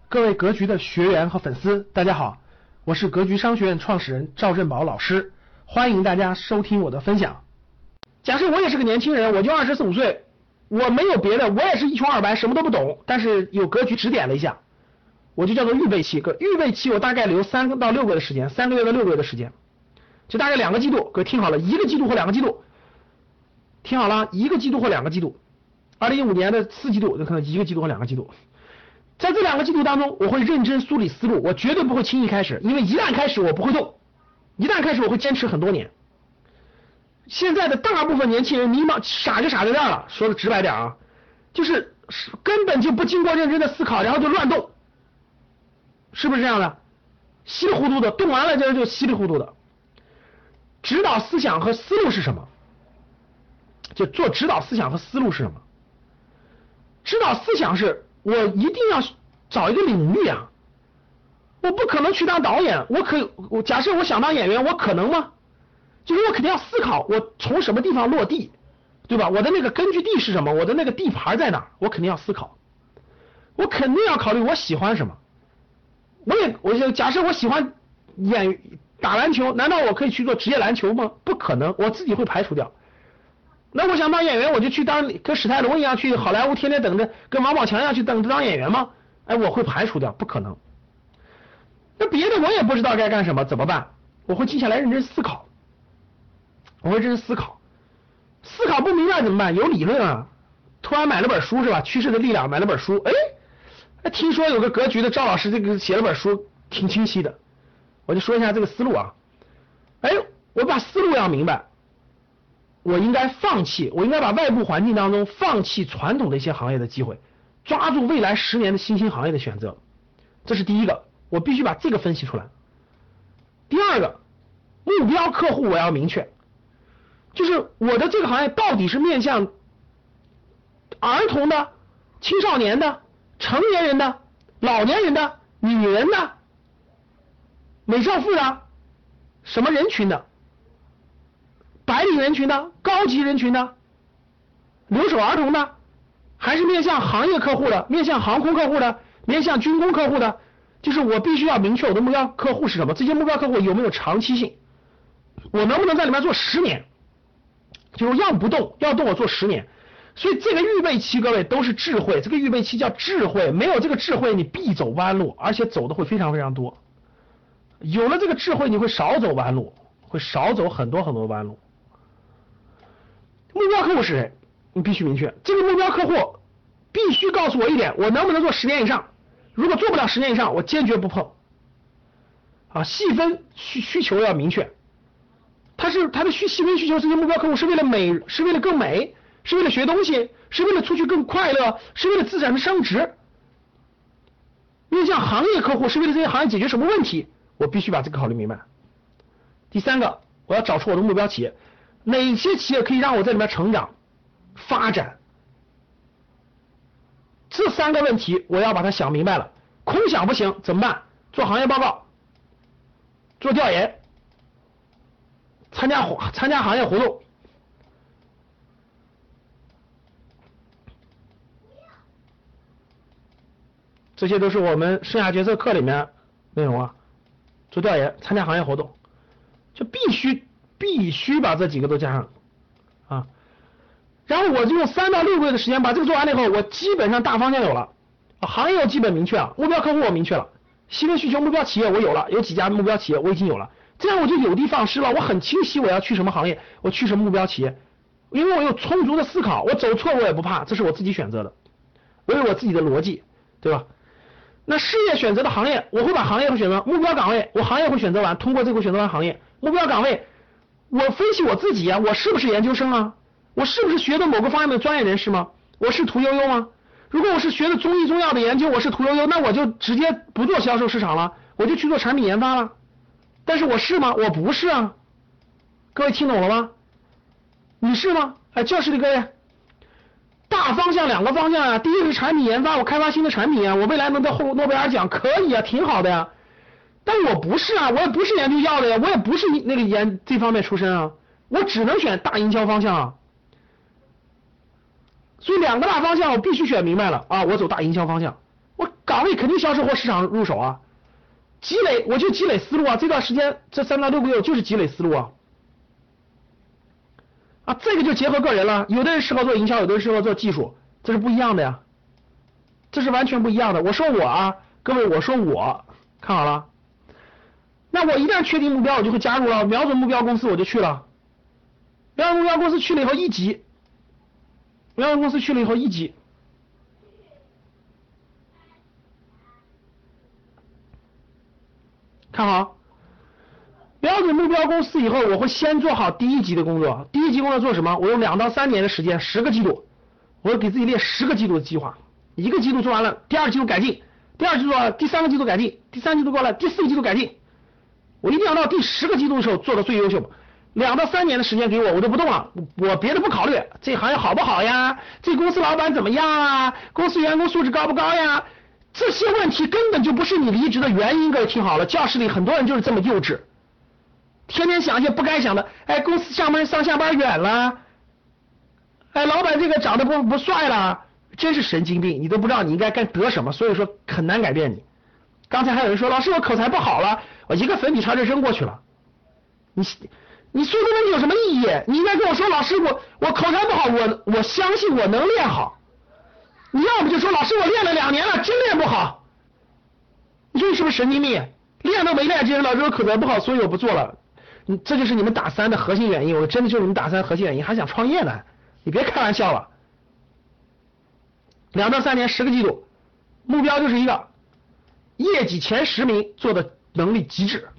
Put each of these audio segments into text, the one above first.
各位格局的学员和粉丝，大家好，我是格局商学院创始人赵振宝老师，欢迎大家收听我的分享。假设我也是个年轻人，我就24、25岁，我没有别的，我也是一穷二白，什么都不懂，但是有格局指点了一下，我就叫做预备期。预备期我大概留3到6个月的时间，3个月到6个月的时间，就大概2个季度。各位听好了，1个季度或2个季度，听好了，1个季度或2个季度。2015年的4季度，有可能1个季度或2个季度。在这2个季度当中，我会认真梳理思路，我绝对不会轻易开始，因为一旦开始我不会动，一旦开始我会坚持很多年。现在的大部分年轻人迷茫，傻就傻在这儿了，说的直白点啊，就是根本就不经过认真的思考，然后就乱动，是不是这样的？稀里糊涂的动完了就稀里糊涂的。指导思想和思路是什么？就做指导思想和思路是什么？指导思想是我一定要找一个领域啊，我不可能去当导演，我假设我想当演员，我可能吗？就是我肯定要思考，我从什么地方落地，对吧？我的那个根据地是什么？我的那个地盘在哪？我肯定要思考，我肯定要考虑我喜欢什么。我假设我喜欢打篮球，难道我可以去做职业篮球吗？不可能，我自己会排除掉。那我想当演员，我就去跟史泰龙一样去好莱坞天天等着，跟王宝强一样去等着当演员吗？哎，我会排除掉，不可能。那别的我也不知道该干什么，怎么办？我会静下来认真思考，思考不明白怎么办？有理论啊，突然买了本书是吧？趋势的力量，买了本书，哎，听说有个格局的赵老师这个写了本书，挺清晰的，我就说一下这个思路啊。哎，我把思路要明白。我应该把外部环境当中放弃传统的一些行业的机会，抓住未来10年的新兴行业的选择，这是第一个，我必须把这个分析出来。第二个，目标客户我要明确，就是我的这个行业到底是面向儿童的、青少年的、成年人的、老年人的、女人的、美少妇的，什么人群的？白领人群的、高级人群的、留守儿童的，还是面向行业客户的、面向航空客户的、面向军工客户的？就是我必须要明确我的目标客户是什么，这些目标客户有没有长期性，我能不能在里面做10年，就是要不动，要动我做10年。所以这个预备期各位都是智慧，这个预备期叫智慧，没有这个智慧你必走弯路，而且走的会非常非常多。有了这个智慧你会少走弯路，会少走很多很多弯路。目标客户是谁？你必须明确。这个目标客户必须告诉我一点，我能不能做10年以上？如果做不了10年以上，我坚决不碰。啊，细分需求要明确。他的细分需求，这些目标客户是为了美，是为了更美，是为了学东西，是为了出去更快乐，是为了资产的升值。面向行业客户是为了这些行业解决什么问题？我必须把这个考虑明白。第三个，我要找出我的目标企业。哪些企业可以让我在里面成长发展？这3个问题我要把它想明白了，空想不行，怎么办？做行业报告，做调研，参加行业活动。这些都是我们生涯决策课里面内容啊，做调研，参加行业活动，就必须把这几个都加上啊。然后我就用3到6个月的时间把这个做完了以后，我基本上大方向有了，行业我基本明确了，目标客户我明确了，细分需求目标企业我有了，有几家目标企业我已经有了，这样我就有的放矢了，我很清晰我要去什么行业，我去什么目标企业，因为我有充足的思考，我走错我也不怕，这是我自己选择的，我有我自己的逻辑，对吧？那事业选择的行业，我会把行业会选择，目标岗位我行业会选择完，通过这个选择完行业，目标岗位我分析我自己啊，我是不是研究生啊？我是不是学的某个方面的专业人士吗？我是屠呦呦吗？如果我是学的中医中药的研究，我是屠呦呦，那我就直接不做销售市场了，我就去做产品研发了。但是我是吗？我不是啊。各位听懂了吗？你是吗？哎，教室里各位，大方向2个方向啊，第一个是产品研发，我开发新的产品啊，我未来能得诺贝尔奖可以啊，挺好的呀。但我不是啊，我也不是研究药的呀，我也不是那个这方面出身啊，我只能选大营销方向啊。所以2个大方向我必须选明白了啊，我走大营销方向。 我岗位肯定销售或市场入手啊，积累我就积累思路啊，这段时间这3到6个月就是积累思路啊。这个就结合个人了，有的人适合做营销，有的人适合做技术，这是不一样的呀，这是完全不一样的。我说我啊，各位，我说我看好了，那我一旦确定目标，我就会加入了，瞄准目标公司我就去了，瞄准目标公司去了以后一级，瞄准公司去了以后一级，看好。瞄准目标公司以后，我会先做好第1级的工作。第1级工作做什么？我用2到3年的时间，10个季度，我会给自己列10个季度的计划。1个季度做完了，第2个季度改进，第2季度第3个季度改进，第3季度过来，第4个季度改进。我一定要到第10个季度的时候做到最优秀。2到3年的时间给我，我就不动了，我别的不考虑，这行业好不好呀？这公司老板怎么样啊？公司员工素质高不高呀？这些问题根本就不是你离职的原因。各位听好了，教室里很多人就是这么幼稚。天天想一些不该想的，公司上下班远了，老板这个长得不帅了，真是神经病，你都不知道你应该得什么，所以说很难改变你。刚才还有人说，老师我口才不好了，我一个粉笔朝这扔过去了，你说这东西有什么意义？你应该跟我说，老师我口才不好，我相信我能练好。你要不就说，老师我练了2年了，真练不好。你说你是不是神经病？练都没练，这老师我口才不好，所以我不做了。这就是你们打3的核心原因，我真的就是你们打3核心原因，还想创业呢？你别开玩笑了。2到3年10个季度，目标就是一个业绩前10名做的能力极致，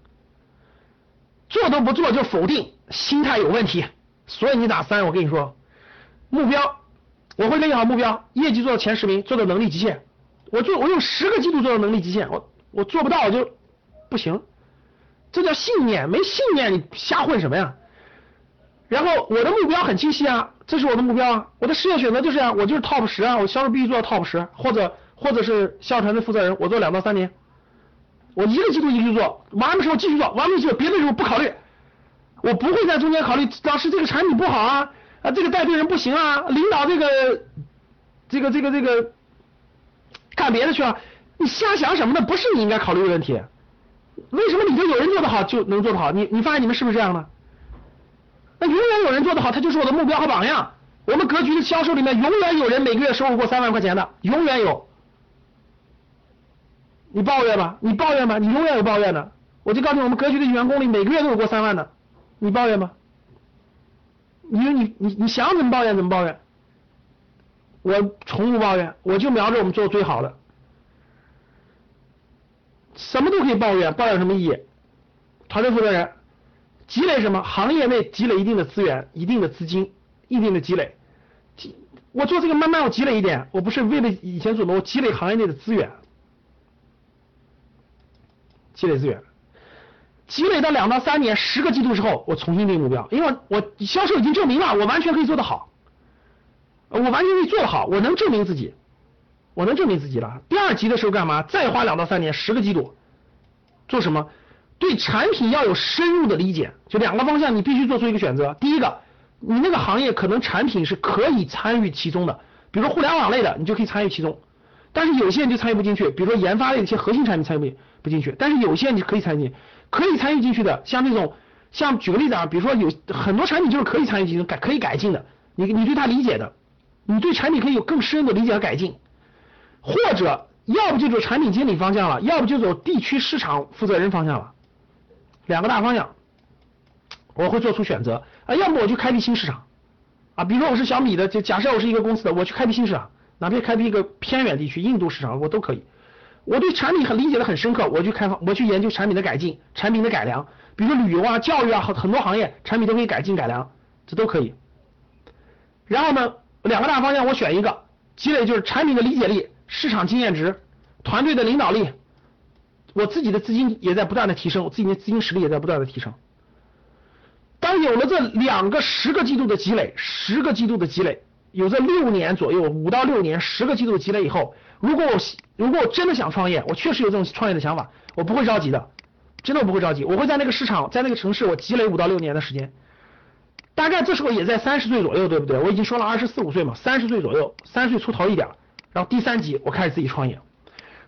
做都不做就否定，心态有问题。所以你打3，我跟你说，目标我会列好目标，业绩做到前10名，做到能力极限。我用10个季度做到能力极限，我做不到我就不行。这叫信念，没信念你瞎混什么呀？然后我的目标很清晰啊，这是我的目标啊，我的事业选择就是啊，我就是 top 10啊，我销售必须做到 top 10，或者是销售团队负责人，我做2到3年，我1个季度1个季度做，完的时候继续做，完了之后别的时候不考虑，我不会在中间考虑，老师这个产品不好啊，这个带队人不行啊，领导这个干别的去啊，你瞎想什么呢？不是你应该考虑的问题。为什么你觉得有人做得好就能做得好？你发现你们是不是这样的？那永远有人做得好，他就是我的目标和榜样。我们格局的销售里面永远有人每个月收入过3万块钱的，永远有。你抱怨吧，你永远有抱怨的。我就告诉你，我们格局的员工里每个月都有过3万的，你抱怨吗？你想怎么抱怨怎么抱怨，我从不抱怨，我就瞄着我们做最好的。什么都可以抱怨，抱怨什么意义？团队负责人积累什么？行业内积累一定的资源、一定的资金、一定的积累。我做这个慢慢我积累一点，我不是为了以前做的，我积累行业内的资源，积累资源，积累到2到3年10个季度之后，我重新定目标，因为我销售已经证明了，我完全可以做得好，我完全可以做得好，我能证明自己。我能证明自己了。第2级的时候干嘛？再花2到3年10个季度做什么？对产品要有深入的理解，就2个方向你必须做出一个选择。第一个，你那个行业可能产品是可以参与其中的，比如说互联网类的你就可以参与其中，但是有些人就参与不进去，比如说研发类的一些核心产品参与不进去，但是有些你可以参与进去的，像举个例子啊，比如说有很多产品就是可以参与进去可以改进的，你对它理解的，你对产品可以有更深入的理解和改进。或者要不就走产品经理方向了，要不就走地区市场负责人方向了，2个大方向我会做出选择啊，要么我去开辟新市场啊，比如说我是小米的，就假设我是一个公司的，我去开辟新市场，哪怕开辟一个偏远地区印度市场我都可以。我对产品理解的很深刻，我去研究产品的改进、产品的改良，比如说旅游啊、教育啊，很多行业产品都可以改进改良，这都可以。然后呢，2个大方向我选一个，积累就是产品的理解力、市场经验值、团队的领导力，我自己的资金也在不断的提升，我自己的资金实力也在不断的提升。当有了这2个10个季度的积累，10个季度的积累，有这6年左右，5到6年10个季度的积累以后，如果我真的想创业，我确实有这种创业的想法，我不会着急的，真的我不会着急，我会在那个市场，在那个城市我积累5到6年的时间，大概这时候也在30岁左右，对不对？我已经说了24、25岁嘛，30岁左右，30岁出头一点，然后第3级我开始自己创业。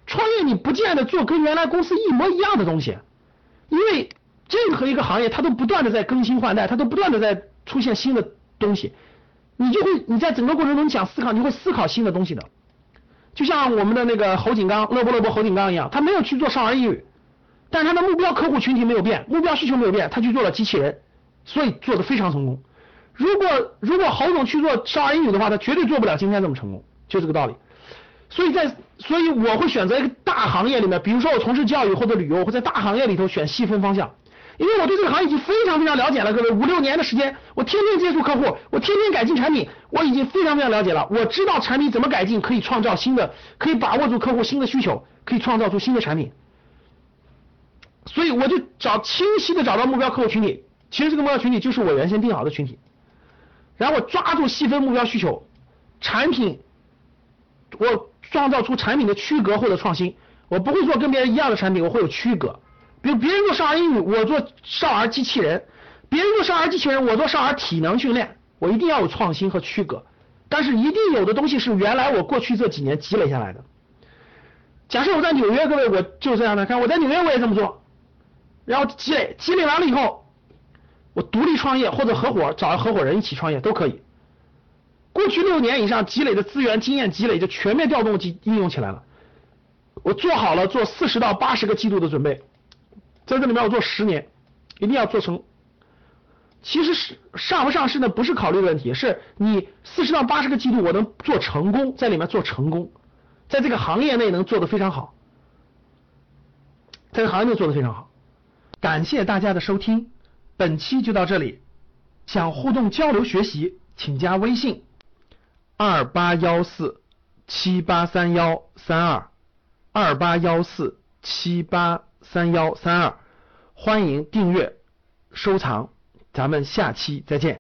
创业你不见得做跟原来公司一模一样的东西，因为任何一个行业它都不断的在更新换代，它都不断的在出现新的东西，你在整个过程中你想思考，你会思考新的东西的。就像我们的那个侯锦刚，乐博侯锦刚一样，他没有去做少儿英语，但是他的目标客户群体没有变，目标需求没有变，他去做了机器人，所以做得非常成功。如果侯总去做少儿英语的话，他绝对做不了今天这么成功，就这个道理。所以我会选择一个大行业里面，比如说我从事教育或者旅游，我会在大行业里头选细分方向，因为我对这个行业已经非常了解了，各位5-6年的时间，我天天接触客户，我天天改进产品，我已经非常了解了，我知道产品怎么改进可以创造新的，可以把握住客户新的需求，可以创造出新的产品。所以我就清晰的找到目标客户群体，其实这个目标群体就是我原先定好的群体，然后我抓住细分目标需求，产品我创造出产品的区隔或者创新，我不会做跟别人一样的产品，我会有区隔。比如别人做少儿英语，我做少儿机器人；别人做少儿机器人，我做少儿体能训练。我一定要有创新和区隔，但是一定有的东西是原来我过去这几年积累下来的。假设我在纽约，各位，我就这样的，看我在纽约我也这么做，然后积累完了以后，我独立创业或者找合伙人一起创业都可以。过去6年以上积累的资源经验积累就全面调动应用起来了。我做好了做40到80个季度的准备，在这里面我做10年，一定要做成。其实是上不上市呢不是考虑的问题，是你40到80个季度我能做成功，在里面做成功，在这个行业内能做得非常好，在这个行业内做得非常好。感谢大家的收听，本期就到这里。想互动交流学习，请加微信2814783132，2814783132，欢迎订阅收藏，咱们下期再见。